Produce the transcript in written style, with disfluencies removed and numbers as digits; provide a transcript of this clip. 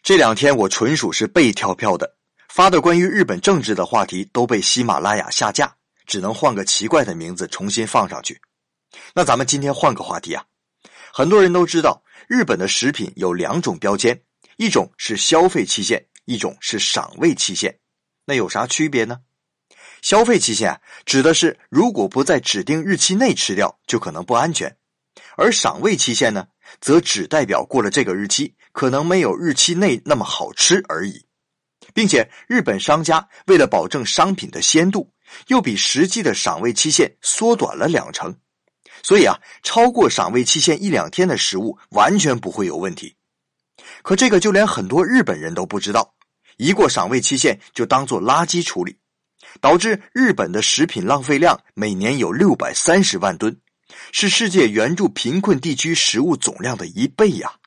这2天我纯属是被跳票的，发的关于日本政治的话题都被喜马拉雅下架，只能换个奇怪的名字重新放上去。那咱们今天换个话题啊。很多人都知道，日本的食品有2种标签，一种是消费期限，一种是赏味期限。那有啥区别呢？消费期限指的是如果不在指定日期内吃掉，就可能不安全。而赏味期限呢，则只代表过了这个日期，可能没有日期内那么好吃而已。并且日本商家为了保证商品的鲜度，又比实际的赏味期限缩短了2成。所以超过赏味期限1-2天的食物完全不会有问题。可这个就连很多日本人都不知道，一过赏味期限就当作垃圾处理，导致日本的食品浪费量每年有630万吨，是世界援助贫困地区食物总量的1倍呀。